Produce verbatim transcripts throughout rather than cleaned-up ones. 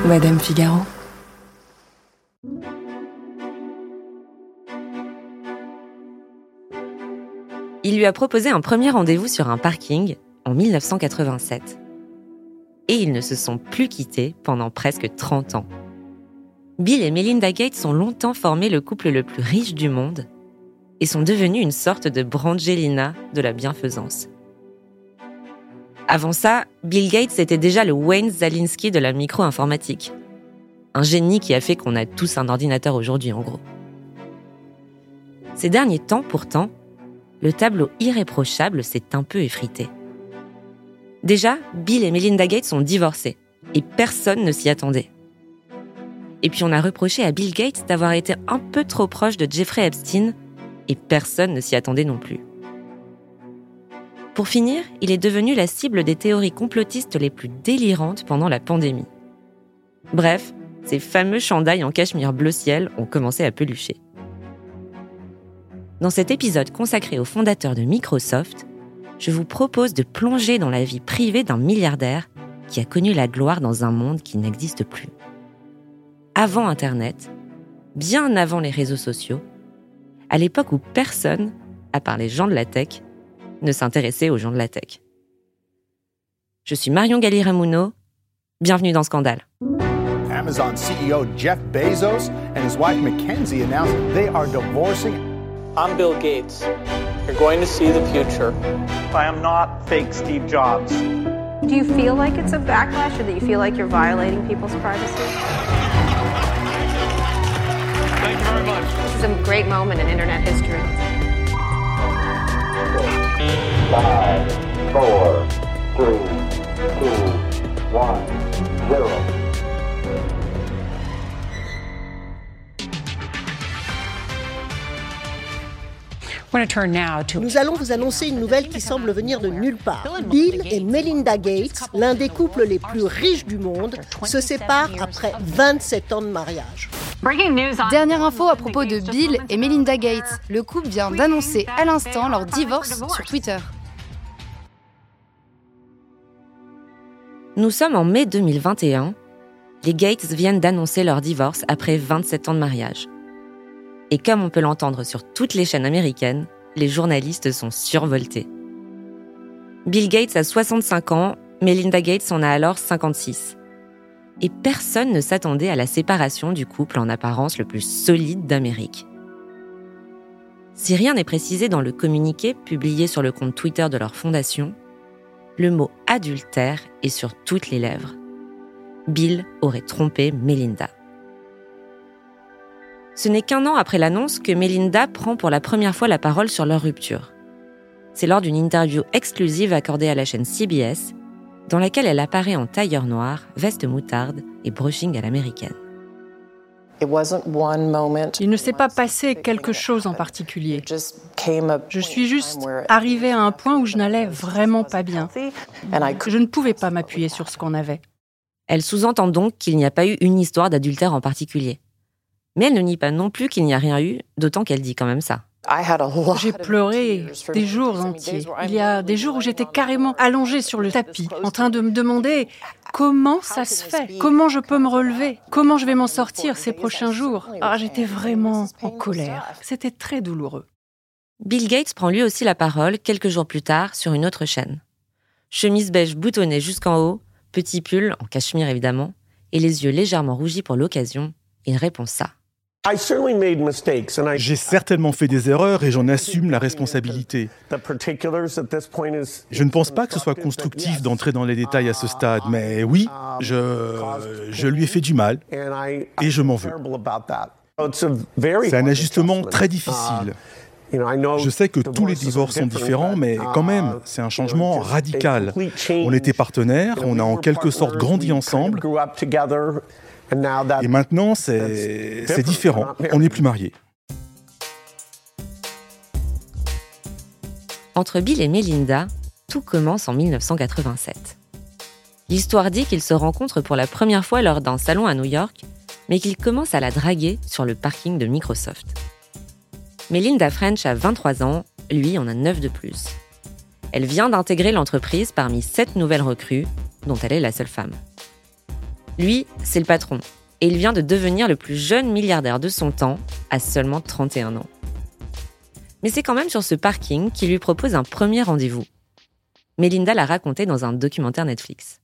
Madame Figaro. Il lui a proposé un premier rendez-vous sur un parking en dix-neuf cent quatre-vingt-sept. Et ils ne se sont plus quittés pendant presque trente ans. Bill et Melinda Gates ont longtemps formé le couple le plus riche du monde et sont devenus une sorte de Brangelina de la bienfaisance. Avant ça, Bill Gates était déjà le Wayne Szalinski de la micro-informatique. Un génie qui a fait qu'on a tous un ordinateur aujourd'hui, en gros. Ces derniers temps, pourtant, le tableau irréprochable s'est un peu effrité. Déjà, Bill et Melinda Gates sont divorcés, et personne ne s'y attendait. Et puis on a reproché à Bill Gates d'avoir été un peu trop proche de Jeffrey Epstein, et personne ne s'y attendait non plus. Pour finir, il est devenu la cible des théories complotistes les plus délirantes pendant la pandémie. Bref, ces fameux chandails en cachemire bleu ciel ont commencé à pelucher. Dans cet épisode consacré au fondateur de Microsoft, je vous propose de plonger dans la vie privée d'un milliardaire qui a connu la gloire dans un monde qui n'existe plus. Avant Internet, bien avant les réseaux sociaux, à l'époque où personne, à part les gens de la tech, ne s'intéressait aux gens de la tech. Je suis Marion Galli-Ramuno, bienvenue dans Scandale. Amazon C E O Jeff Bezos and his wife Mackenzie announced they are divorcing. I'm Bill Gates. You're going to see the future. I am not fake Steve Jobs. Do you feel like it's a backlash or that you feel like you're violating people's privacy? Thank you very much. This is a great moment in internet history. Five, four, three, two, one, zero. Nous allons vous annoncer une nouvelle qui semble venir de nulle part. Bill et Melinda Gates, l'un des couples les plus riches du monde, se séparent après vingt-sept ans de mariage. Dernière info à propos de Bill et Melinda Gates. Le couple vient d'annoncer à l'instant leur divorce sur Twitter. Nous sommes en mai deux mille vingt et un. Les Gates viennent d'annoncer leur divorce après vingt-sept ans de mariage. Et comme on peut l'entendre sur toutes les chaînes américaines, les journalistes sont survoltés. Bill Gates a soixante-cinq ans, Melinda Gates en a alors cinquante-six. Et personne ne s'attendait à la séparation du couple en apparence le plus solide d'Amérique. Si rien n'est précisé dans le communiqué publié sur le compte Twitter de leur fondation, le mot « adultère » est sur toutes les lèvres. Bill aurait trompé Melinda. Ce n'est qu'un an après l'annonce que Melinda prend pour la première fois la parole sur leur rupture. C'est lors d'une interview exclusive accordée à la chaîne C B S, dans laquelle elle apparaît en tailleur noir, veste moutarde et brushing à l'américaine. Il ne s'est pas passé quelque chose en particulier. Je suis juste arrivée à un point où je n'allais vraiment pas bien. Je ne pouvais pas m'appuyer sur ce qu'on avait. Elle sous-entend donc qu'il n'y a pas eu une histoire d'adultère en particulier. Mais elle ne nie pas non plus qu'il n'y a rien eu, d'autant qu'elle dit quand même ça. J'ai pleuré des jours entiers. Il y a des jours où j'étais carrément allongée sur le tapis, en train de me demander comment ça se fait, comment je peux me relever, comment je vais m'en sortir ces prochains jours. Ah, j'étais vraiment en colère. C'était très douloureux. Bill Gates prend lui aussi la parole quelques jours plus tard sur une autre chaîne. Chemise beige boutonnée jusqu'en haut, petit pull, en cachemire évidemment, et les yeux légèrement rougis pour l'occasion, il répond ça. J'ai certainement fait des erreurs et j'en assume la responsabilité. Je ne pense pas que ce soit constructif d'entrer dans les détails à ce stade, mais oui, je, je lui ai fait du mal et je m'en veux. C'est un ajustement très difficile. Je sais que tous les divorces sont différents, mais quand même, c'est un changement radical. On était partenaires, on a en quelque sorte grandi ensemble. Et maintenant, c'est, c'est différent. On n'est plus mariés. Entre Bill et Melinda, tout commence en dix-neuf cent quatre-vingt-sept. L'histoire dit qu'ils se rencontrent pour la première fois lors d'un salon à New York, mais qu'ils commencent à la draguer sur le parking de Microsoft. Melinda French a vingt-trois ans, lui en a neuf de plus. Elle vient d'intégrer l'entreprise parmi sept nouvelles recrues, dont elle est la seule femme. Lui, c'est le patron, et il vient de devenir le plus jeune milliardaire de son temps, à seulement trente et un ans. Mais c'est quand même sur ce parking qu'il lui propose un premier rendez-vous. Melinda l'a raconté dans un documentaire Netflix.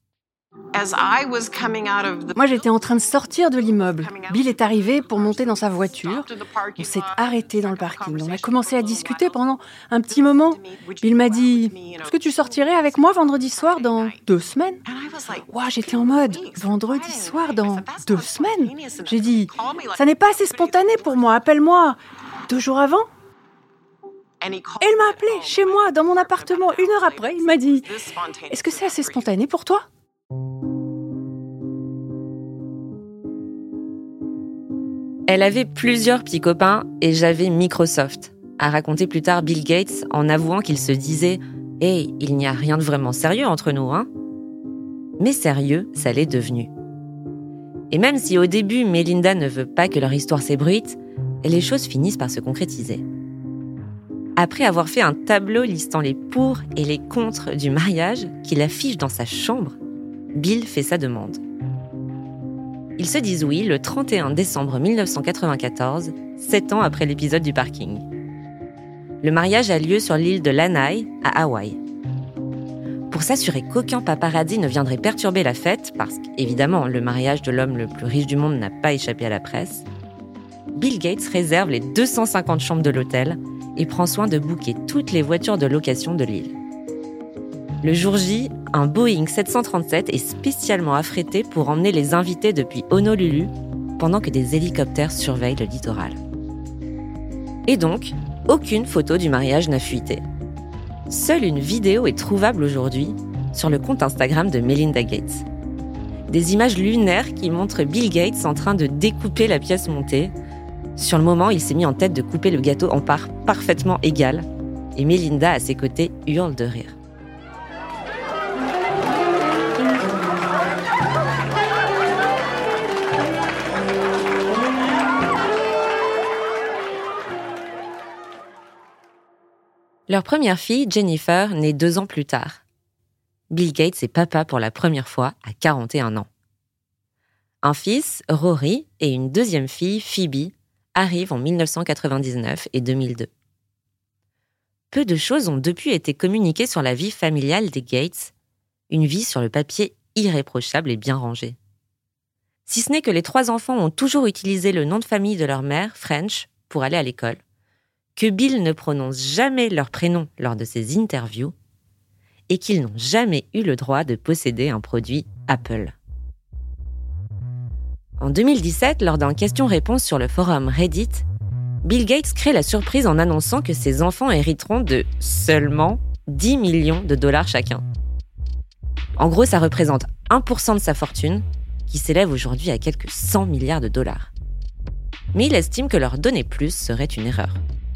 Moi, j'étais en train de sortir de l'immeuble. Bill est arrivé pour monter dans sa voiture. On s'est arrêté dans le parking. On a commencé à discuter pendant un petit moment. Bill m'a dit « Est-ce que tu sortirais avec moi vendredi soir dans deux semaines ?» Ouah, j'étais en mode « Vendredi soir dans deux semaines ?» J'ai dit « Ça n'est pas assez spontané pour moi. Appelle-moi deux jours avant. » Et il m'a appelé chez moi, dans mon appartement. Une heure après, il m'a dit « Est-ce que c'est assez spontané pour toi ?» Elle avait plusieurs petits copains et j'avais Microsoft, a raconté plus tard Bill Gates en avouant qu'il se disait « Hey, il n'y a rien de vraiment sérieux entre nous, hein ?» Mais sérieux, ça l'est devenu. Et même si au début, Melinda ne veut pas que leur histoire s'ébruite, les choses finissent par se concrétiser. Après avoir fait un tableau listant les pour et les contre du mariage qu'il affiche dans sa chambre, Bill fait sa demande. Ils se disent oui le trente et un décembre mille neuf cent quatre-vingt-quatorze, sept ans après l'épisode du parking. Le mariage a lieu sur l'île de Lanai, à Hawaï. Pour s'assurer qu'aucun paparazzi ne viendrait perturber la fête, parce qu'évidemment, le mariage de l'homme le plus riche du monde n'a pas échappé à la presse, Bill Gates réserve les deux cent cinquante chambres de l'hôtel et prend soin de booker toutes les voitures de location de l'île. Le jour J, un Boeing sept cent trente-sept est spécialement affrété pour emmener les invités depuis Honolulu pendant que des hélicoptères surveillent le littoral. Et donc, aucune photo du mariage n'a fuité. Seule une vidéo est trouvable aujourd'hui sur le compte Instagram de Melinda Gates. Des images lunaires qui montrent Bill Gates en train de découper la pièce montée. Sur le moment, il s'est mis en tête de couper le gâteau en parts parfaitement égales et Melinda, à ses côtés, hurle de rire. Leur première fille, Jennifer, naît deux ans plus tard. Bill Gates est papa pour la première fois à quarante et un ans. Un fils, Rory, et une deuxième fille, Phoebe, arrivent en mille neuf cent quatre-vingt-dix-neuf et deux mille deux. Peu de choses ont depuis été communiquées sur la vie familiale des Gates, une vie sur le papier irréprochable et bien rangée. Si ce n'est que les trois enfants ont toujours utilisé le nom de famille de leur mère, French, pour aller à l'école, que Bill ne prononce jamais leur prénom lors de ses interviews et qu'ils n'ont jamais eu le droit de posséder un produit Apple. En deux mille dix-sept, lors d'un question-réponse sur le forum Reddit, Bill Gates crée la surprise en annonçant que ses enfants hériteront de seulement dix millions de dollars chacun. En gros, ça représente un pour cent de sa fortune, qui s'élève aujourd'hui à quelques cent milliards de dollars. Mais il estime que leur donner plus serait une erreur.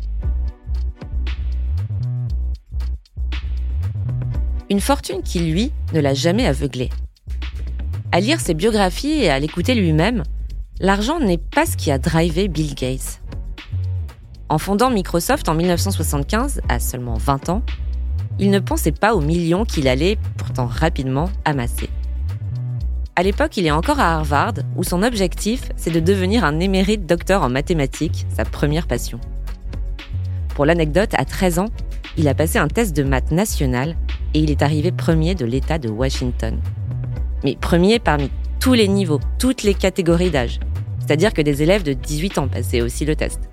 Une fortune qui, lui, ne l'a jamais aveuglé. À lire ses biographies et à l'écouter lui-même, l'argent n'est pas ce qui a drivé Bill Gates. En fondant Microsoft en mille neuf cent soixante-quinze, à seulement vingt ans, il ne pensait pas aux millions qu'il allait pourtant rapidement amasser. À l'époque, il est encore à Harvard, où son objectif, c'est de devenir un émérite docteur en mathématiques, sa première passion. Pour l'anecdote, à treize ans, il a passé un test de maths national et il est arrivé premier de l'État de Washington. Mais premier parmi tous les niveaux, toutes les catégories d'âge. C'est-à-dire que des élèves de dix-huit ans passaient aussi le test.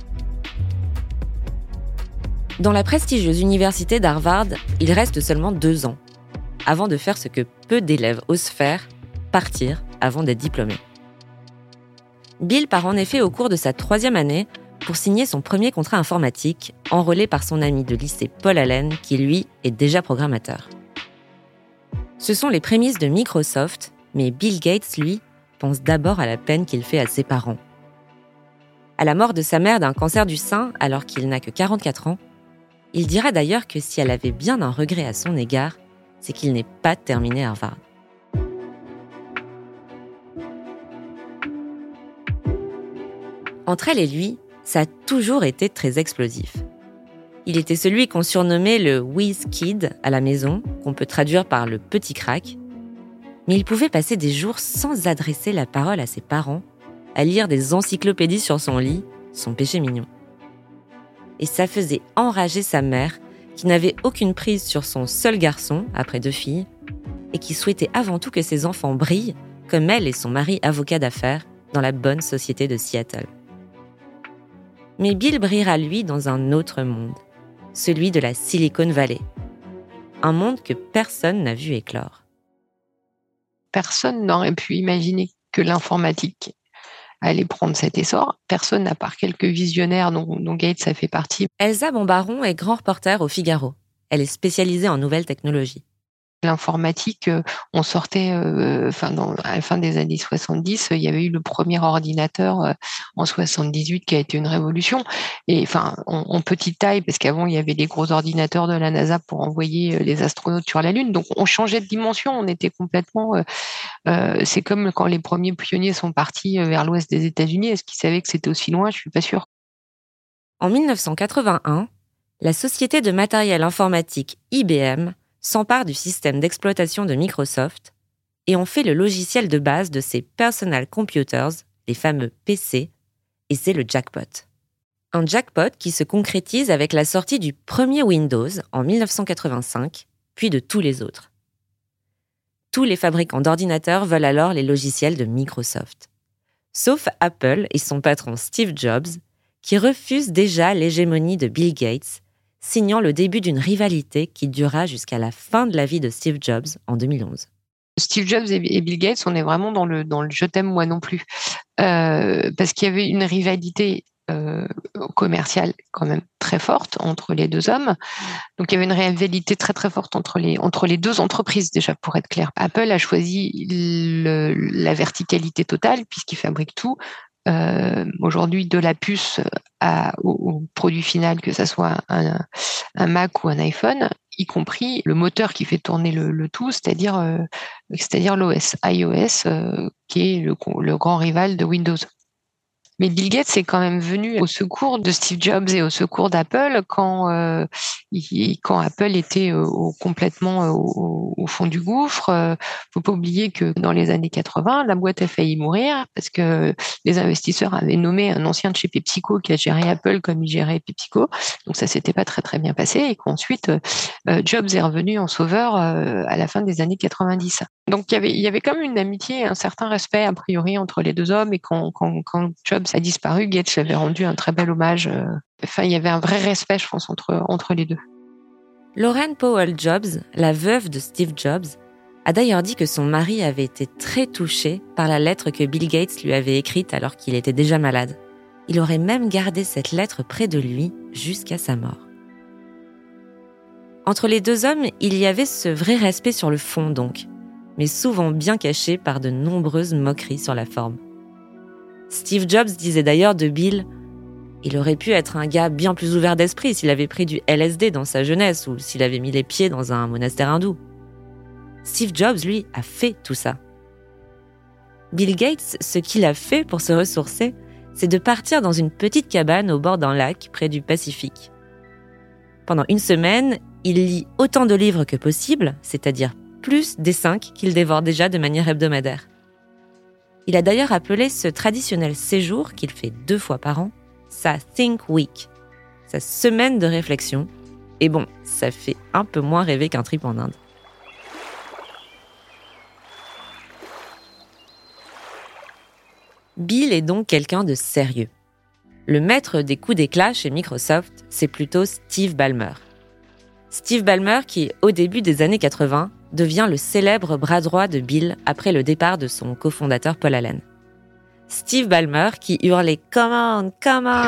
Dans la prestigieuse université d'Harvard, il reste seulement deux ans, avant de faire ce que peu d'élèves osent faire, partir avant d'être diplômé. Bill part en effet au cours de sa troisième année pour signer son premier contrat informatique, enrôlé par son ami de lycée Paul Allen, qui lui est déjà programmateur. Ce sont les prémices de Microsoft, mais Bill Gates, lui, pense d'abord à la peine qu'il fait à ses parents. À la mort de sa mère d'un cancer du sein, alors qu'il n'a que quarante-quatre ans, il dira d'ailleurs que si elle avait bien un regret à son égard, c'est qu'il n'ait pas terminé Harvard. Entre elle et lui, ça a toujours été très explosif. Il était celui qu'on surnommait le whiz kid à la maison, qu'on peut traduire par le petit crack. Mais il pouvait passer des jours sans adresser la parole à ses parents, à lire des encyclopédies sur son lit, son péché mignon. Et ça faisait enrager sa mère, qui n'avait aucune prise sur son seul garçon, après deux filles, et qui souhaitait avant tout que ses enfants brillent, comme elle et son mari avocat d'affaires, dans la bonne société de Seattle. Mais Bill brillera lui dans un autre monde, celui de la Silicon Valley. Un monde que personne n'a vu éclore. Personne n'aurait pu imaginer que l'informatique allait prendre cet essor. Personne, à part quelques visionnaires dont, dont Gates a fait partie. Elsa Bombaron est grand reporter au Figaro. Elle est spécialisée en nouvelles technologies. L'informatique, on sortait, euh, enfin, dans, à la fin des années soixante-dix, il y avait eu le premier ordinateur euh, en soixante-dix-huit qui a été une révolution. Et enfin, en, en petite taille, parce qu'avant, il y avait les gros ordinateurs de la NASA pour envoyer les astronautes sur la Lune. Donc, on changeait de dimension. On était complètement... Euh, euh, c'est comme quand les premiers pionniers sont partis vers l'ouest des États-Unis. Est-ce qu'ils savaient que c'était aussi loin? Je suis pas sûre. En dix-neuf cent quatre-vingt-un, la société de matériel informatique I B M s'empare du système d'exploitation de Microsoft et on fait le logiciel de base de ses personal computers, les fameux P C, et c'est le jackpot. Un jackpot qui se concrétise avec la sortie du premier Windows en dix-neuf cent quatre-vingt-cinq, puis de tous les autres. Tous les fabricants d'ordinateurs veulent alors les logiciels de Microsoft. Sauf Apple et son patron Steve Jobs, qui refusent déjà l'hégémonie de Bill Gates, signant le début d'une rivalité qui durera jusqu'à la fin de la vie de Steve Jobs en deux mille onze. Steve Jobs et Bill Gates, on est vraiment dans le, dans le « je t'aime, moi non plus euh, ». Parce qu'il y avait une rivalité euh, commerciale quand même très forte entre les deux hommes. Donc il y avait une rivalité très très forte entre les, entre les deux entreprises déjà, pour être clair. Apple a choisi le, la verticalité totale puisqu'il fabrique tout. Euh, aujourd'hui, de la puce à, au, au produit final, que ça soit un, un Mac ou un iPhone, y compris le moteur qui fait tourner le, le tout, c'est-à-dire, euh, c'est-à-dire l'O S, iOS, euh, qui est le, le grand rival de Windows. Mais Bill Gates est quand même venu au secours de Steve Jobs et au secours d'Apple quand, euh, il, quand Apple était euh, au, complètement au, au fond du gouffre. Euh, faut pas oublier que dans les années quatre-vingts, la boîte a failli mourir parce que les investisseurs avaient nommé un ancien de chez PepsiCo qui a géré Apple comme il gérait PepsiCo. Donc ça s'était pas très très bien passé et qu'ensuite euh, Jobs est revenu en sauveur euh, à la fin des années quatre-vingt-dix. Donc il y avait il y avait comme une amitié, un certain respect a priori entre les deux hommes et quand quand, quand Jobs a disparu, Gates avait rendu un très bel hommage. Enfin, il y avait un vrai respect, je pense, entre, entre les deux. Laurene Powell Jobs, la veuve de Steve Jobs, a d'ailleurs dit que son mari avait été très touché par la lettre que Bill Gates lui avait écrite alors qu'il était déjà malade. Il aurait même gardé cette lettre près de lui jusqu'à sa mort. Entre les deux hommes, il y avait ce vrai respect sur le fond donc, mais souvent bien caché par de nombreuses moqueries sur la forme. Steve Jobs disait d'ailleurs de Bill « Il aurait pu être un gars bien plus ouvert d'esprit s'il avait pris du L S D dans sa jeunesse ou s'il avait mis les pieds dans un monastère hindou. » Steve Jobs, lui, a fait tout ça. Bill Gates, ce qu'il a fait pour se ressourcer, c'est de partir dans une petite cabane au bord d'un lac près du Pacifique. Pendant une semaine, il lit autant de livres que possible, c'est-à-dire plus des cinq qu'il dévore déjà de manière hebdomadaire. Il a d'ailleurs appelé ce traditionnel séjour, qu'il fait deux fois par an, sa Think Week, sa semaine de réflexion. Et bon, ça fait un peu moins rêver qu'un trip en Inde. Bill est donc quelqu'un de sérieux. Le maître des coups d'éclat chez Microsoft, c'est plutôt Steve Ballmer. Steve Ballmer qui, au début des années quatre-vingts, devient le célèbre bras droit de Bill après le départ de son cofondateur Paul Allen. Steve Ballmer qui hurlait « Come on, come on !»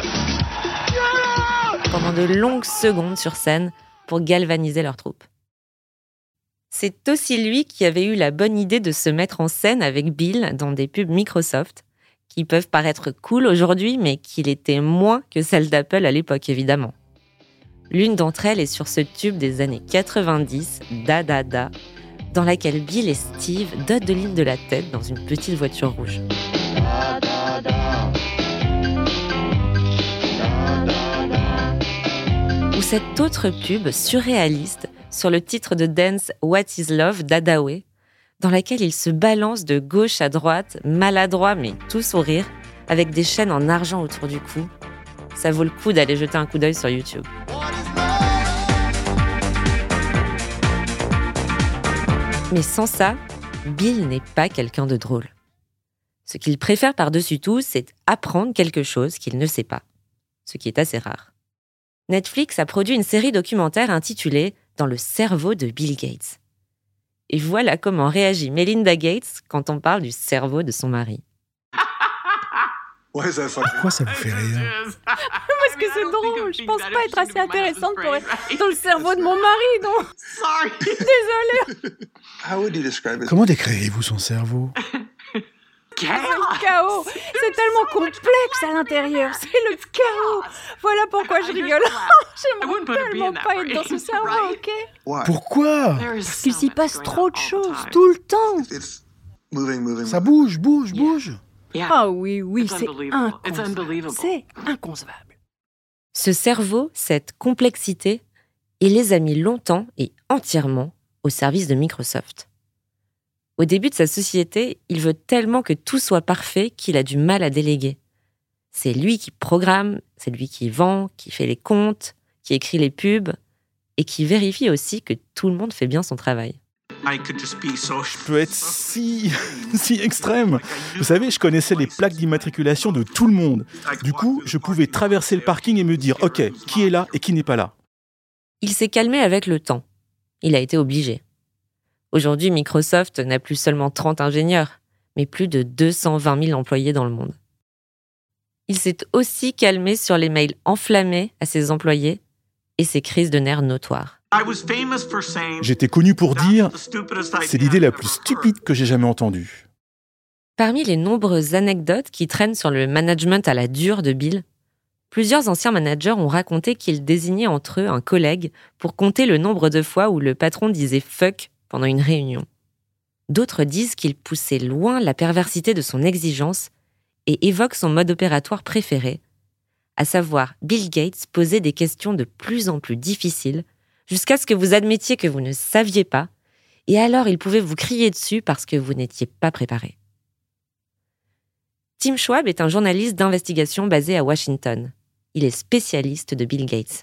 pendant de longues secondes sur scène pour galvaniser leurs troupes. C'est aussi lui qui avait eu la bonne idée de se mettre en scène avec Bill dans des pubs Microsoft, qui peuvent paraître cool aujourd'hui, mais qui l'étaient moins que celles d'Apple à l'époque, évidemment. L'une d'entre elles est sur ce tube des années quatre-vingt-dix, Da Da Da, dans laquelle Bill et Steve dotent de l'île de la tête dans une petite voiture rouge. Ou cette autre pub surréaliste sur le titre de dance What is Love d'Adaway, dans laquelle il se balance de gauche à droite, maladroit mais tout sourire, avec des chaînes en argent autour du cou. Ça vaut le coup d'aller jeter un coup d'œil sur YouTube. Mais sans ça, Bill n'est pas quelqu'un de drôle. Ce qu'il préfère par-dessus tout, c'est apprendre quelque chose qu'il ne sait pas, ce qui est assez rare. Netflix a produit une série documentaire intitulée « Dans le cerveau de Bill Gates ». Et voilà comment réagit Melinda Gates quand on parle du cerveau de son mari. Pourquoi ça vous fait rire? Parce que c'est drôle, je pense pas être assez intéressante pour être dans le cerveau de mon mari, non. Désolée. Comment décririez-vous son cerveau? C'est le chaos. C'est tellement complexe à l'intérieur. C'est le chaos. Voilà pourquoi je rigole. J'aimerais tellement pas être dans ce cerveau, ok? Pourquoi? Parce qu'il s'y passe trop de choses, tout le temps. Ça bouge, bouge, bouge. Ah oui, oui, c'est inconcevable. C'est inconcevable. Ce cerveau, cette complexité, il les a mis longtemps et entièrement au service de Microsoft. Au début de sa société, il veut tellement que tout soit parfait qu'il a du mal à déléguer. C'est lui qui programme, c'est lui qui vend, qui fait les comptes, qui écrit les pubs et qui vérifie aussi que tout le monde fait bien son travail. Je peux être si, si extrême. Vous savez, je connaissais les plaques d'immatriculation de tout le monde. Du coup, je pouvais traverser le parking et me dire « Ok, qui est là et qui n'est pas là ?» Il s'est calmé avec le temps. Il a été obligé. Aujourd'hui, Microsoft n'a plus seulement trente ingénieurs, mais plus de deux cent vingt mille employés dans le monde. Il s'est aussi calmé sur les mails enflammés à ses employés et ses crises de nerfs notoires. J'étais connu pour dire « C'est l'idée la plus stupide que j'ai jamais entendue ». Parmi les nombreuses anecdotes qui traînent sur le management à la dure de Bill, plusieurs anciens managers ont raconté qu'ils désignaient entre eux un collègue pour compter le nombre de fois où le patron disait « fuck » pendant une réunion. D'autres disent qu'il poussait loin la perversité de son exigence et évoquent son mode opératoire préféré, à savoir Bill Gates posait des questions de plus en plus difficiles jusqu'à ce que vous admettiez que vous ne saviez pas, et alors il pouvait vous crier dessus parce que vous n'étiez pas préparé. Tim Schwab est un journaliste d'investigation basé à Washington. Il est spécialiste de Bill Gates.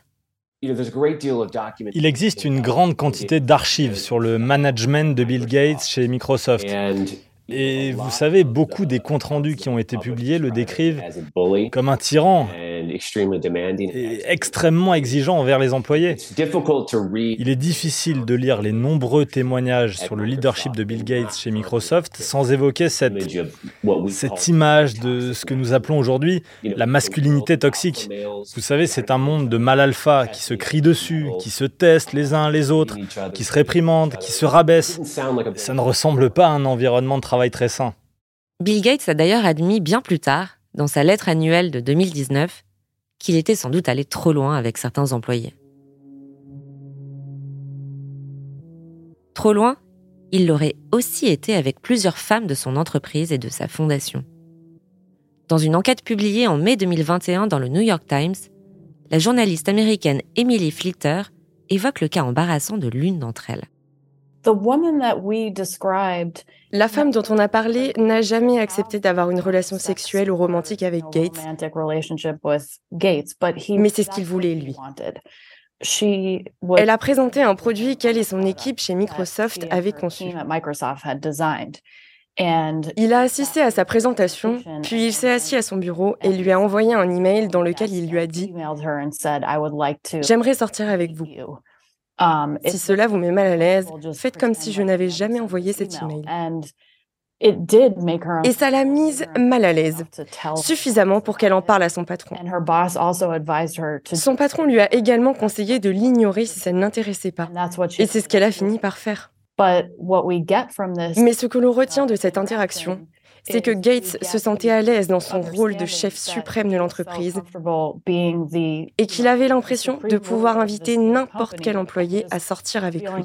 Il existe une grande quantité d'archives sur le management de Bill Gates chez Microsoft. Et vous savez, beaucoup des comptes rendus qui ont été publiés le décrivent comme un tyran et extrêmement exigeant envers les employés. Il est difficile de lire les nombreux témoignages sur le leadership de Bill Gates chez Microsoft sans évoquer cette, cette image de ce que nous appelons aujourd'hui la masculinité toxique. Vous savez, c'est un monde de mâles alpha qui se crient dessus, qui se testent les uns les autres, qui se réprimandent, qui se rabaissent. Ça ne ressemble pas à un environnement de travail très sain. Bill Gates a d'ailleurs admis bien plus tard, dans sa lettre annuelle de deux mille dix-neuf, qu'il était sans doute allé trop loin avec certains employés. Trop loin, il l'aurait aussi été avec plusieurs femmes de son entreprise et de sa fondation. Dans une enquête publiée en mai deux mille vingt et un dans le New York Times, la journaliste américaine Emily Flitter évoque le cas embarrassant de l'une d'entre elles. La femme dont on a parlé n'a jamais accepté d'avoir une relation sexuelle ou romantique avec Gates, mais c'est ce qu'il voulait, lui. Elle a présenté un produit qu'elle et son équipe chez Microsoft avaient conçu. Il a assisté à sa présentation, puis il s'est assis à son bureau et lui a envoyé un email dans lequel il lui a dit « J'aimerais sortir avec vous. Si cela vous met mal à l'aise, faites comme si je n'avais jamais envoyé cet email. » Et ça l'a mise mal à l'aise, suffisamment pour qu'elle en parle à son patron. Son patron lui a également conseillé de l'ignorer si ça ne l'intéressait pas. Et c'est ce qu'elle a fini par faire. Mais ce que l'on retient de cette interaction, c'est que Gates se sentait à l'aise dans son rôle de chef suprême de l'entreprise et qu'il avait l'impression de pouvoir inviter n'importe quel employé à sortir avec lui.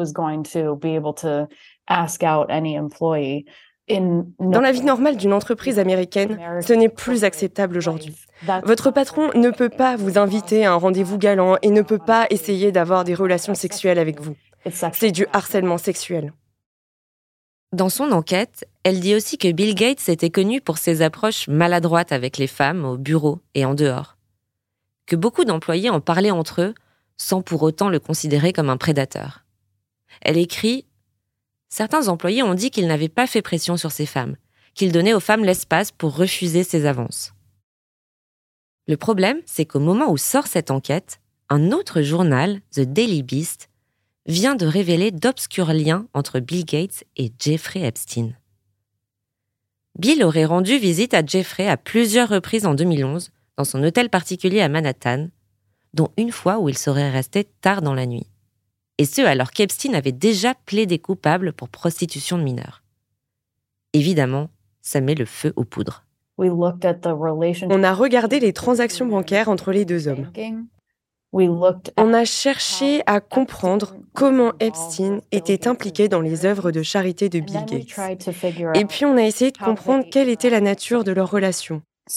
Dans la vie normale d'une entreprise américaine, ce n'est plus acceptable aujourd'hui. Votre patron ne peut pas vous inviter à un rendez-vous galant et ne peut pas essayer d'avoir des relations sexuelles avec vous. C'est du harcèlement sexuel. Dans son enquête, elle dit aussi que Bill Gates était connu pour ses approches maladroites avec les femmes au bureau et en dehors. Que beaucoup d'employés en parlaient entre eux sans pour autant le considérer comme un prédateur. Elle écrit « Certains employés ont dit qu'il n'avait pas fait pression sur ces femmes, qu'il donnait aux femmes l'espace pour refuser ses avances. » Le problème, c'est qu'au moment où sort cette enquête, un autre journal, The Daily Beast, vient de révéler d'obscurs liens entre Bill Gates et Jeffrey Epstein. Bill aurait rendu visite à Jeffrey à plusieurs reprises en deux mille onze, dans son hôtel particulier à Manhattan, dont une fois où il serait resté tard dans la nuit. Et ce, alors qu'Epstein avait déjà plaidé coupable pour prostitution de mineurs. Évidemment, ça met le feu aux poudres. On a regardé les transactions bancaires entre les deux hommes. On a cherché à comprendre comment Epstein était impliqué dans les œuvres de charité de Bill Gates. Et puis on a essayé de comprendre quelle était la nature de leur relation.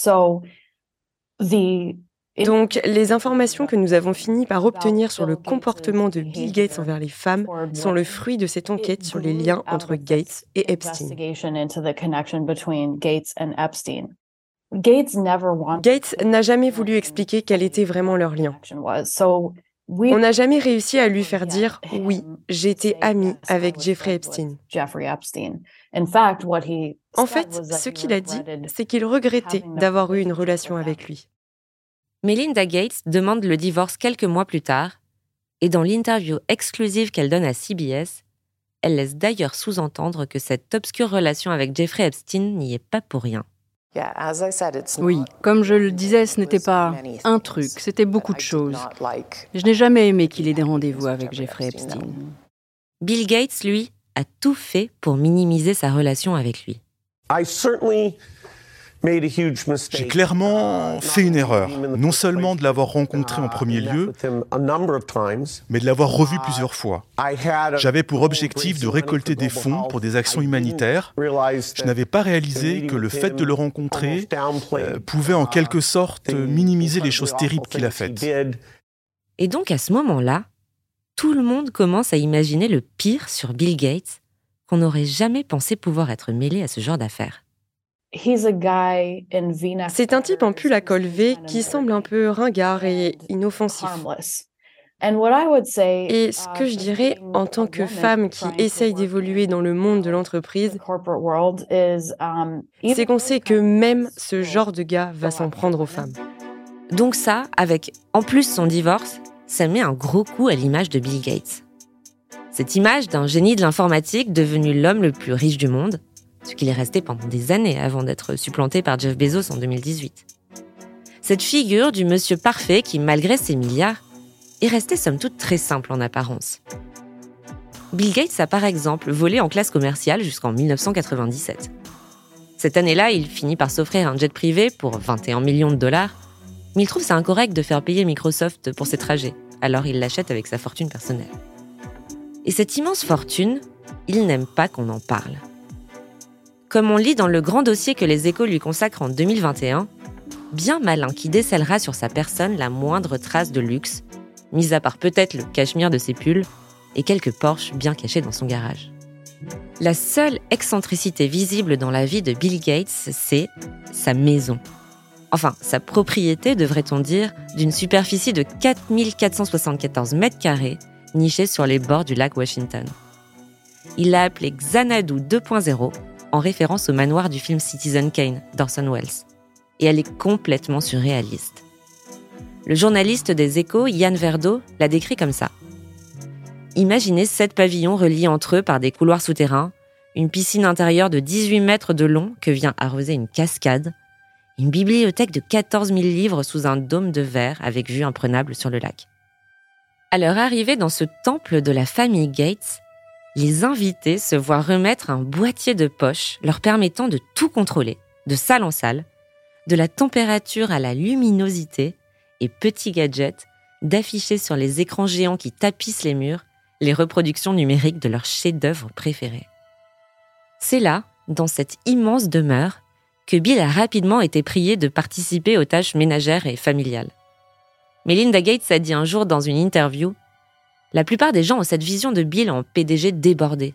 Donc, les informations que nous avons fini par obtenir sur le comportement de Bill Gates envers les femmes sont le fruit de cette enquête sur les liens entre Gates et Epstein. Gates n'a jamais voulu expliquer quel était vraiment leur lien. On n'a jamais réussi à lui faire dire « Oui, j'étais ami avec Jeffrey Epstein ». En fait, ce qu'il a dit, c'est qu'il regrettait d'avoir eu une relation avec lui. Melinda Gates demande le divorce quelques mois plus tard, et dans l'interview exclusive qu'elle donne à C B S, elle laisse d'ailleurs sous-entendre que cette obscure relation avec Jeffrey Epstein n'y est pas pour rien. Oui, comme je le disais, ce n'était pas un truc, c'était beaucoup de choses. Je n'ai jamais aimé qu'il ait des rendez-vous avec Jeffrey Epstein. Bill Gates, lui, a tout fait pour minimiser sa relation avec lui. J'ai clairement fait une erreur, non seulement de l'avoir rencontré en premier lieu, mais de l'avoir revu plusieurs fois. J'avais pour objectif de récolter des fonds pour des actions humanitaires. Je n'avais pas réalisé que le fait de le rencontrer euh, pouvait en quelque sorte minimiser les choses terribles qu'il a faites. Et donc à ce moment-là, tout le monde commence à imaginer le pire sur Bill Gates, qu'on n'aurait jamais pensé pouvoir être mêlé à ce genre d'affaires. C'est un type en pull à col V qui semble un peu ringard et inoffensif. Et ce que je dirais en tant que femme qui essaye d'évoluer dans le monde de l'entreprise, c'est qu'on sait que même ce genre de gars va s'en prendre aux femmes. Donc ça, avec en plus son divorce, ça met un gros coup à l'image de Bill Gates. Cette image d'un génie de l'informatique devenu l'homme le plus riche du monde, ce qu'il est resté pendant des années avant d'être supplanté par Jeff Bezos en deux mille dix-huit. Cette figure du monsieur parfait qui, malgré ses milliards, est resté somme toute très simple en apparence. Bill Gates a par exemple volé en classe commerciale jusqu'en dix-neuf cent quatre-vingt-dix-sept. Cette année-là, il finit par s'offrir un jet privé pour vingt et un millions de dollars, mais il trouve ça incorrect de faire payer Microsoft pour ses trajets, alors il l'achète avec sa fortune personnelle. Et cette immense fortune, il n'aime pas qu'on en parle. Comme on lit dans le grand dossier que les Échos lui consacrent en deux mille vingt et un, bien malin qui décèlera sur sa personne la moindre trace de luxe, mis à part peut-être le cachemire de ses pulls et quelques Porsche bien cachés dans son garage. La seule excentricité visible dans la vie de Bill Gates, c'est sa maison. Enfin, sa propriété, devrait-on dire, d'une superficie de quatre mille quatre cent soixante-quatorze mètres carrés, nichée sur les bords du lac Washington. Il l'a appelé Xanadu deux point zéro, en référence au manoir du film Citizen Kane d'Orson Welles. Et elle est complètement surréaliste. Le journaliste des Échos, Yann Verdo, l'a décrit comme ça. Imaginez sept pavillons reliés entre eux par des couloirs souterrains, une piscine intérieure de dix-huit mètres de long que vient arroser une cascade, une bibliothèque de quatorze mille livres sous un dôme de verre avec vue imprenable sur le lac. À leur arrivée dans ce temple de la famille Gates, les invités se voient remettre un boîtier de poche leur permettant de tout contrôler, de salle en salle, de la température à la luminosité et petits gadgets d'afficher sur les écrans géants qui tapissent les murs les reproductions numériques de leurs chefs-d'œuvre préférés. C'est là, dans cette immense demeure, que Bill a rapidement été prié de participer aux tâches ménagères et familiales. Melinda Gates a dit un jour dans une interview « La plupart des gens ont cette vision de Bill en P D G débordé,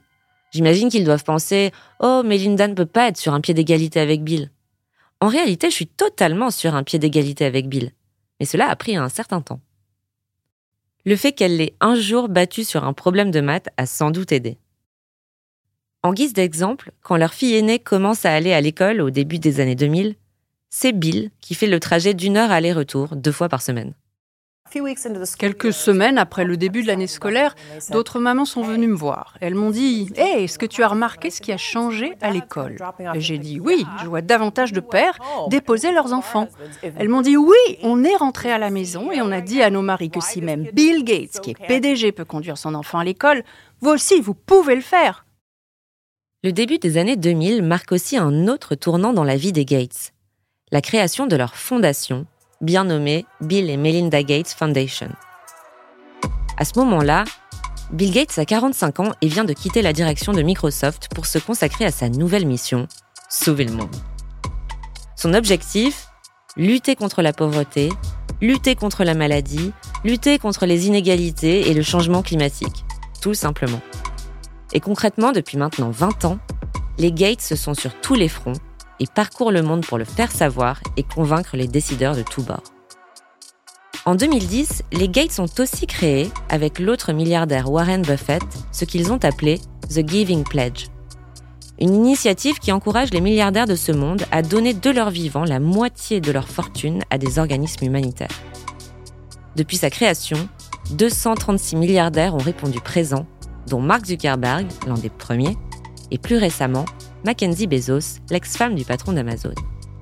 J'imagine qu'ils doivent penser « Oh, Melinda ne peut pas être sur un pied d'égalité avec Bill ». En réalité, je suis totalement sur un pied d'égalité avec Bill. Mais cela a pris un certain temps. Le fait qu'elle l'ait un jour battu sur un problème de maths a sans doute aidé. En guise d'exemple, quand leur fille aînée commence à aller à l'école au début des années deux mille, c'est Bill qui fait le trajet d'une heure aller-retour deux fois par semaine. Quelques semaines après le début de l'année scolaire, d'autres mamans sont venues me voir. Elles m'ont dit « Hey, est-ce que tu as remarqué ce qui a changé à l'école ?» Et j'ai dit « Oui, je vois davantage de pères déposer leurs enfants. » Elles m'ont dit « Oui, on est rentré à la maison et on a dit à nos maris que si même Bill Gates, qui est P D G, peut conduire son enfant à l'école, vous aussi, vous pouvez le faire. » Le début des années deux mille marque aussi un autre tournant dans la vie des Gates. La création de leur fondation, bien nommée Bill et Melinda Gates Foundation. À ce moment-là, Bill Gates a quarante-cinq ans et vient de quitter la direction de Microsoft pour se consacrer à sa nouvelle mission, sauver le monde. Son objectif, lutter contre la pauvreté, lutter contre la maladie, lutter contre les inégalités et le changement climatique, tout simplement. Et concrètement, depuis maintenant vingt ans, les Gates se sont sur tous les fronts et parcourent le monde pour le faire savoir et convaincre les décideurs de tous bords. En deux mille dix, les Gates ont aussi créé, avec l'autre milliardaire Warren Buffett, ce qu'ils ont appelé The Giving Pledge. Une initiative qui encourage les milliardaires de ce monde à donner de leur vivant la moitié de leur fortune à des organismes humanitaires. Depuis sa création, deux cent trente-six milliardaires ont répondu présent, dont Mark Zuckerberg, l'un des premiers, et plus récemment, Mackenzie Bezos, l'ex-femme du patron d'Amazon.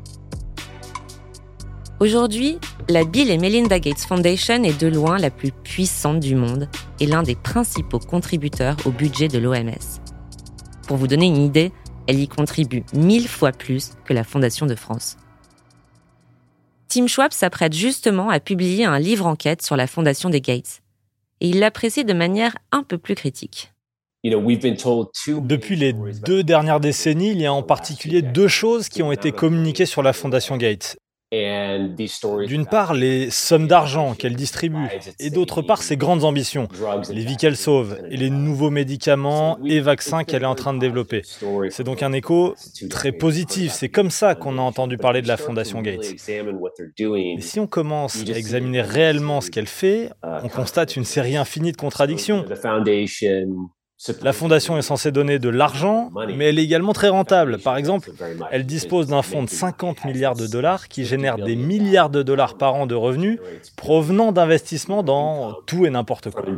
Aujourd'hui, la Bill et Melinda Gates Foundation est de loin la plus puissante du monde et l'un des principaux contributeurs au budget de l'O M S. Pour vous donner une idée, elle y contribue mille fois plus que la Fondation de France. Tim Schwab s'apprête justement à publier un livre-enquête sur la Fondation des Gates. Et il l'apprécie de manière un peu plus critique. Depuis les deux dernières décennies, il y a en particulier deux choses qui ont été communiquées sur la Fondation Gates. D'une part, les sommes d'argent qu'elle distribue, et d'autre part, ses grandes ambitions, les vies qu'elle sauve, et les nouveaux médicaments et vaccins qu'elle est en train de développer. C'est donc un écho très positif, c'est comme ça qu'on a entendu parler de la Fondation Gates. Mais si on commence à examiner réellement ce qu'elle fait, on constate une série infinie de contradictions. La fondation est censée donner de l'argent, mais elle est également très rentable. Par exemple, elle dispose d'un fonds de cinquante milliards de dollars qui génère des milliards de dollars par an de revenus provenant d'investissements dans tout et n'importe quoi.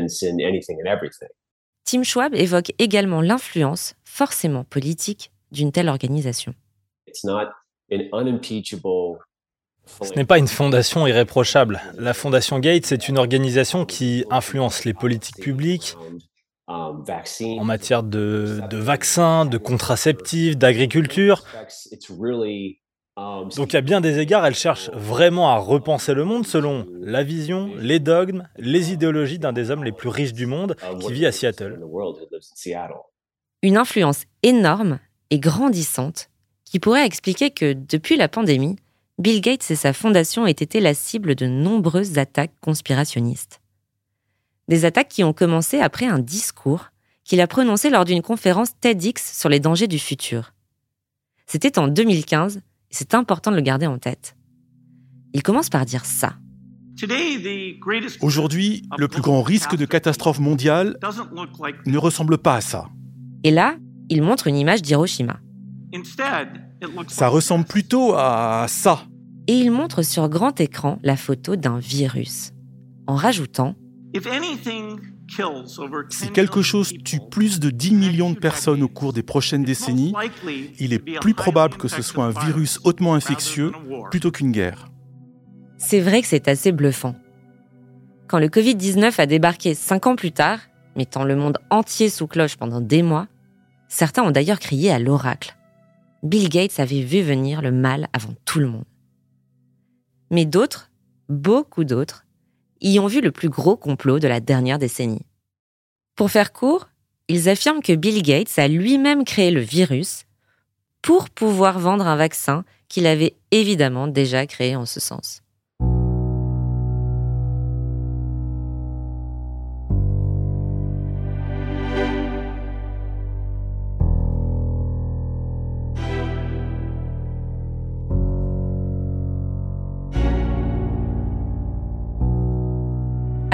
Tim Schwab évoque également l'influence, forcément politique, d'une telle organisation. Ce n'est pas une fondation irréprochable. La Fondation Gates est une organisation qui influence les politiques publiques, en matière de, de vaccins, de contraceptifs, d'agriculture. Donc à bien des égards, elle cherche vraiment à repenser le monde selon la vision, les dogmes, les idéologies d'un des hommes les plus riches du monde qui vit à Seattle. Une influence énorme et grandissante qui pourrait expliquer que depuis la pandémie, Bill Gates et sa fondation aient été la cible de nombreuses attaques conspirationnistes. Des attaques qui ont commencé après un discours qu'il a prononcé lors d'une conférence TEDx sur les dangers du futur. C'était en deux mille quinze, et c'est important de le garder en tête. Il commence par dire ça. Aujourd'hui, le plus grand risque de catastrophe mondiale ne ressemble pas à ça. Et là, il montre une image d'Hiroshima. Ça ressemble plutôt à ça. Et il montre sur grand écran la photo d'un virus, en rajoutant Si quelque chose tue plus de dix millions de personnes au cours des prochaines décennies, il est plus probable que ce soit un virus hautement infectieux plutôt qu'une guerre. C'est vrai que c'est assez bluffant. Quand le covid dix-neuf a débarqué cinq ans plus tard, mettant le monde entier sous cloche pendant des mois, certains ont d'ailleurs crié à l'oracle. Bill Gates avait vu venir le mal avant tout le monde. Mais d'autres, beaucoup d'autres, y ont vu le plus gros complot de la dernière décennie. Pour faire court, ils affirment que Bill Gates a lui-même créé le virus pour pouvoir vendre un vaccin qu'il avait évidemment déjà créé en ce sens.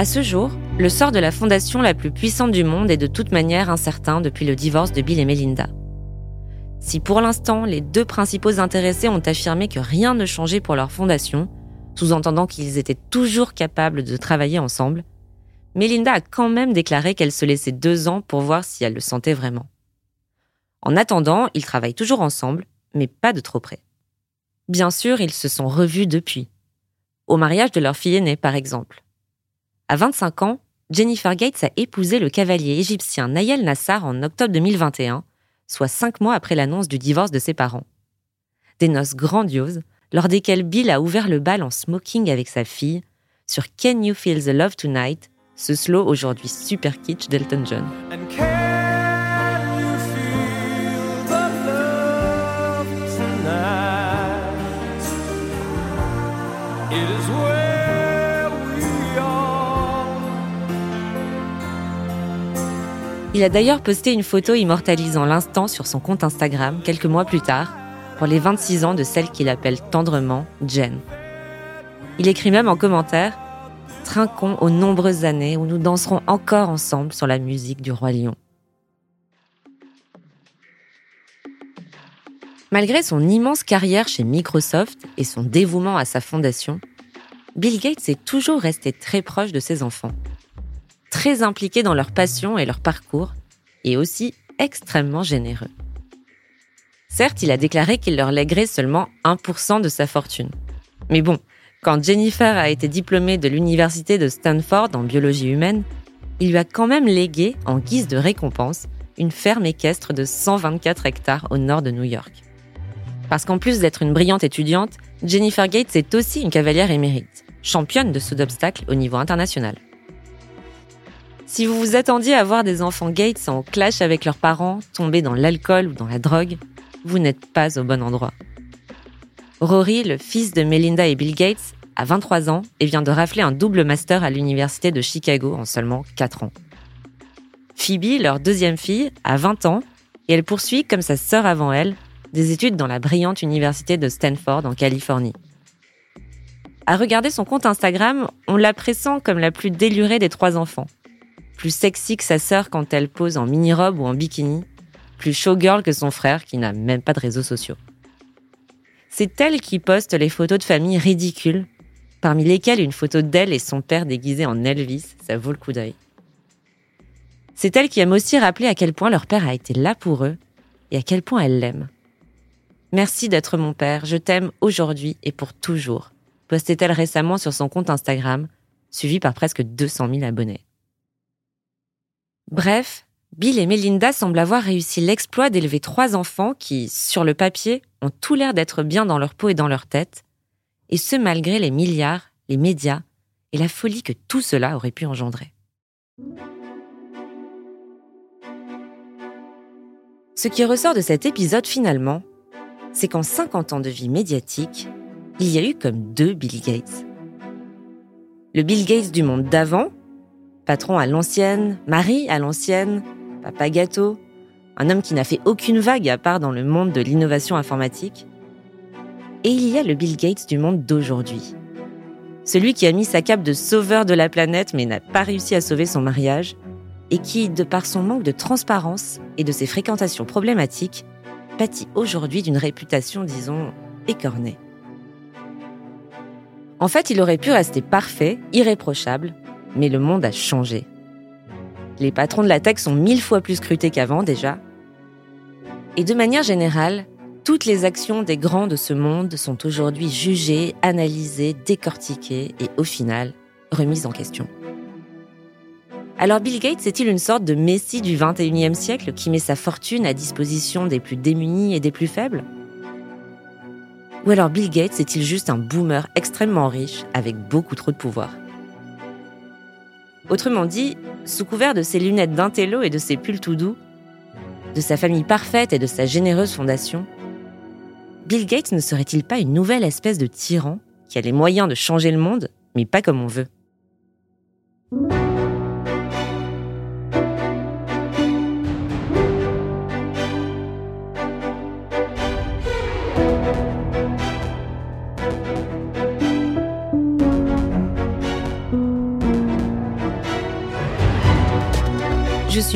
À ce jour, le sort de la fondation la plus puissante du monde est de toute manière incertain depuis le divorce de Bill et Melinda. Si pour l'instant, les deux principaux intéressés ont affirmé que rien ne changeait pour leur fondation, sous-entendant qu'ils étaient toujours capables de travailler ensemble, Melinda a quand même déclaré qu'elle se laissait deux ans pour voir si elle le sentait vraiment. En attendant, ils travaillent toujours ensemble, mais pas de trop près. Bien sûr, ils se sont revus depuis. Au mariage de leur fille aînée, par exemple. À vingt-cinq ans, Jennifer Gates a épousé le cavalier égyptien Nayel Nassar en octobre deux mille vingt et un, soit cinq mois après l'annonce du divorce de ses parents. Des noces grandioses, lors desquelles Bill a ouvert le bal en smoking avec sa fille, sur Can You Feel the Love Tonight, ce slow aujourd'hui super kitsch d'Elton John. Il a d'ailleurs posté une photo immortalisant l'instant sur son compte Instagram quelques mois plus tard, pour les vingt-six ans de celle qu'il appelle tendrement Jen. Il écrit même en commentaire « Trinquons aux nombreuses années où nous danserons encore ensemble sur la musique du Roi Lion ». Malgré son immense carrière chez Microsoft et son dévouement à sa fondation, Bill Gates est toujours resté très proche de ses enfants. Très impliqué dans leur passion et leur parcours, et aussi extrêmement généreux. Certes, il a déclaré qu'il leur lèguerait seulement un pour cent de sa fortune. Mais bon, quand Jennifer a été diplômée de l'université de Stanford en biologie humaine, il lui a quand même légué, en guise de récompense, une ferme équestre de cent vingt-quatre hectares au nord de New York. Parce qu'en plus d'être une brillante étudiante, Jennifer Gates est aussi une cavalière émérite, championne de saut d'obstacles au niveau international. Si vous vous attendiez à voir des enfants Gates en clash avec leurs parents, tombés dans l'alcool ou dans la drogue, vous n'êtes pas au bon endroit. Rory, le fils de Melinda et Bill Gates, a vingt-trois ans et vient de rafler un double master à l'université de Chicago en seulement quatre ans. Phoebe, leur deuxième fille, a vingt ans et elle poursuit, comme sa sœur avant elle, des études dans la brillante université de Stanford en Californie. À regarder son compte Instagram, on la pressent comme la plus délurée des trois enfants. Plus sexy que sa sœur quand elle pose en mini-robe ou en bikini, plus showgirl que son frère qui n'a même pas de réseaux sociaux. C'est elle qui poste les photos de famille ridicules, parmi lesquelles une photo d'elle et son père déguisé en Elvis, ça vaut le coup d'œil. C'est elle qui aime aussi rappeler à quel point leur père a été là pour eux et à quel point elle l'aime. Merci d'être mon père, je t'aime aujourd'hui et pour toujours, postait-elle récemment sur son compte Instagram, suivi par presque deux cent mille abonnés. Bref, Bill et Melinda semblent avoir réussi l'exploit d'élever trois enfants qui, sur le papier, ont tout l'air d'être bien dans leur peau et dans leur tête, et ce malgré les milliards, les médias et la folie que tout cela aurait pu engendrer. Ce qui ressort de cet épisode finalement, c'est qu'en cinquante ans de vie médiatique, il y a eu comme deux Bill Gates. Le Bill Gates du monde d'avant, patron à l'ancienne, mari à l'ancienne, papa gâteau, un homme qui n'a fait aucune vague à part dans le monde de l'innovation informatique. Et il y a le Bill Gates du monde d'aujourd'hui. Celui qui a mis sa cape de sauveur de la planète mais n'a pas réussi à sauver son mariage et qui, de par son manque de transparence et de ses fréquentations problématiques, pâtit aujourd'hui d'une réputation, disons, écornée. En fait, il aurait pu rester parfait, irréprochable, mais le monde a changé. Les patrons de la tech sont mille fois plus scrutés qu'avant déjà. Et de manière générale, toutes les actions des grands de ce monde sont aujourd'hui jugées, analysées, décortiquées et au final, remises en question. Alors Bill Gates est-il une sorte de messie du vingt et unième siècle qui met sa fortune à disposition des plus démunis et des plus faibles ? Ou alors Bill Gates est-il juste un boomer extrêmement riche avec beaucoup trop de pouvoir ? Autrement dit, sous couvert de ses lunettes d'intello et de ses pulls tout doux, de sa famille parfaite et de sa généreuse fondation, Bill Gates ne serait-il pas une nouvelle espèce de tyran qui a les moyens de changer le monde, mais pas comme on veut ?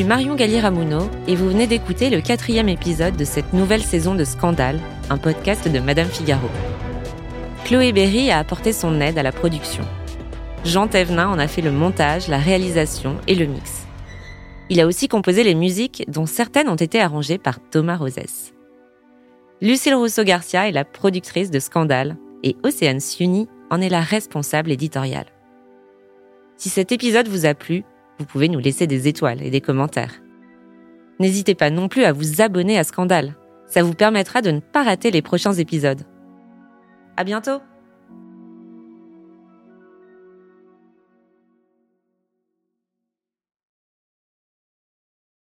Marion Galli-Ramuno et vous venez d'écouter le quatrième épisode de cette nouvelle saison de Scandale, un podcast de Madame Figaro. Chloé Berry a apporté son aide à la production. Jean Thévenin en a fait le montage, la réalisation et le mix. Il a aussi composé les musiques dont certaines ont été arrangées par Thomas Rosès. Lucille Rousseau-Garcia est la productrice de Scandale et Océane Siuni en est la responsable éditoriale. Si cet épisode vous a plu, vous pouvez nous laisser des étoiles et des commentaires. N'hésitez pas non plus à vous abonner à Scandale. Ça vous permettra de ne pas rater les prochains épisodes. À bientôt!